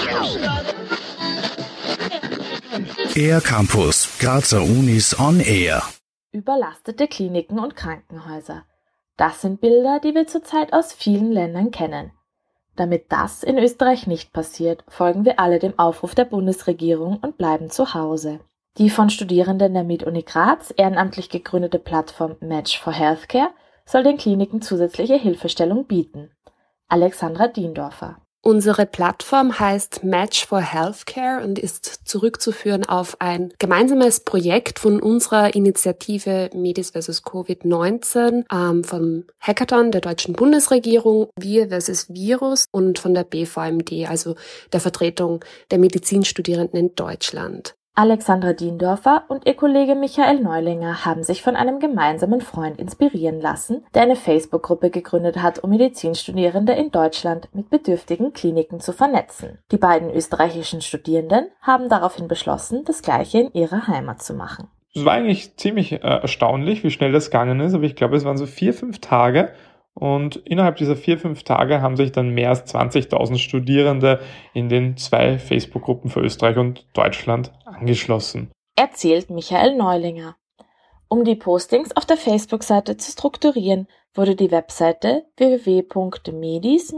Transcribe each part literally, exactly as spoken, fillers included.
Air Campus, Grazer Unis on Air. Überlastete Kliniken und Krankenhäuser. Das sind Bilder, die wir zurzeit aus vielen Ländern kennen. Damit das in Österreich nicht passiert, folgen wir alle dem Aufruf der Bundesregierung und bleiben zu Hause. Die von Studierenden der MIT-Uni Graz ehrenamtlich gegründete Plattform Match for Healthcare soll den Kliniken zusätzliche Hilfestellung bieten. Alexandra Diendorfer. Unsere Plattform heißt Match for Healthcare und ist zurückzuführen auf ein gemeinsames Projekt von unserer Initiative Medis versus Covid neunzehn, ähm, vom Hackathon der deutschen Bundesregierung, Wir versus Virus und von der B V M D, also der Vertretung der Medizinstudierenden in Deutschland. Alexandra Diendorfer und ihr Kollege Michael Neulinger haben sich von einem gemeinsamen Freund inspirieren lassen, der eine Facebook-Gruppe gegründet hat, um Medizinstudierende in Deutschland mit bedürftigen Kliniken zu vernetzen. Die beiden österreichischen Studierenden haben daraufhin beschlossen, das Gleiche in ihrer Heimat zu machen. Es war eigentlich ziemlich äh, erstaunlich, wie schnell das gegangen ist, aber ich glaube, es waren so vier, fünf Tage. Und innerhalb dieser vier, fünf Tage haben sich dann mehr als zwanzigtausend Studierende in den zwei Facebook-Gruppen für Österreich und Deutschland angeschlossen. Erzählt Michael Neulinger. Um die Postings auf der Facebook-Seite zu strukturieren, wurde die Webseite w w w punkt medis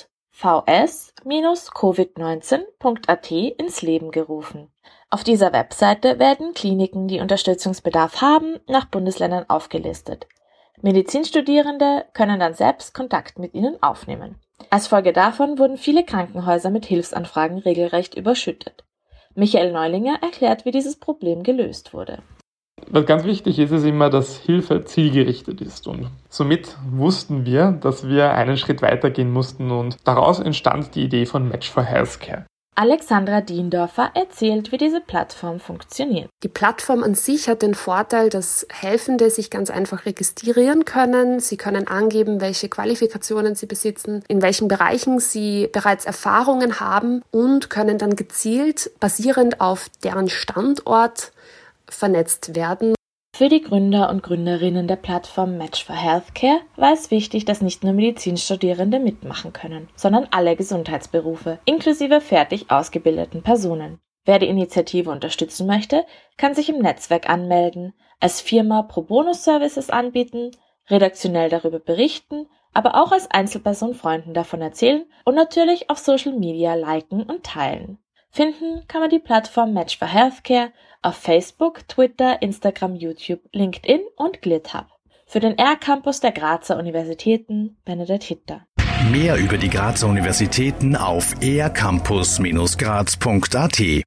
v s covid neunzehn punkt a t ins Leben gerufen. Auf dieser Webseite werden Kliniken, die Unterstützungsbedarf haben, nach Bundesländern aufgelistet. Medizinstudierende können dann selbst Kontakt mit ihnen aufnehmen. Als Folge davon wurden viele Krankenhäuser mit Hilfsanfragen regelrecht überschüttet. Michael Neulinger erklärt, wie dieses Problem gelöst wurde. Was ganz wichtig ist, ist immer, dass Hilfe zielgerichtet ist. Und somit wussten wir, dass wir einen Schritt weitergehen mussten und daraus entstand die Idee von Match for Healthcare. Alexandra Diendorfer erzählt, wie diese Plattform funktioniert. Die Plattform an sich hat den Vorteil, dass Helfende sich ganz einfach registrieren können. Sie können angeben, welche Qualifikationen sie besitzen, in welchen Bereichen sie bereits Erfahrungen haben und können dann gezielt, basierend auf deren Standort, vernetzt werden. Für die Gründer und Gründerinnen der Plattform Match for Healthcare war es wichtig, dass nicht nur Medizinstudierende mitmachen können, sondern alle Gesundheitsberufe, inklusive fertig ausgebildeten Personen. Wer die Initiative unterstützen möchte, kann sich im Netzwerk anmelden, als Firma Pro-Bono-Services anbieten, redaktionell darüber berichten, aber auch als Einzelperson Freunden davon erzählen und natürlich auf Social Media liken und teilen. Finden kann man die Plattform Match for Healthcare auf Facebook, Twitter, Instagram, YouTube, LinkedIn und GitHub. Für den Air Campus der Grazer Universitäten, Benedikt Hitter. Mehr über die Grazer Universitäten auf air campus Bindestrich graz punkt a t.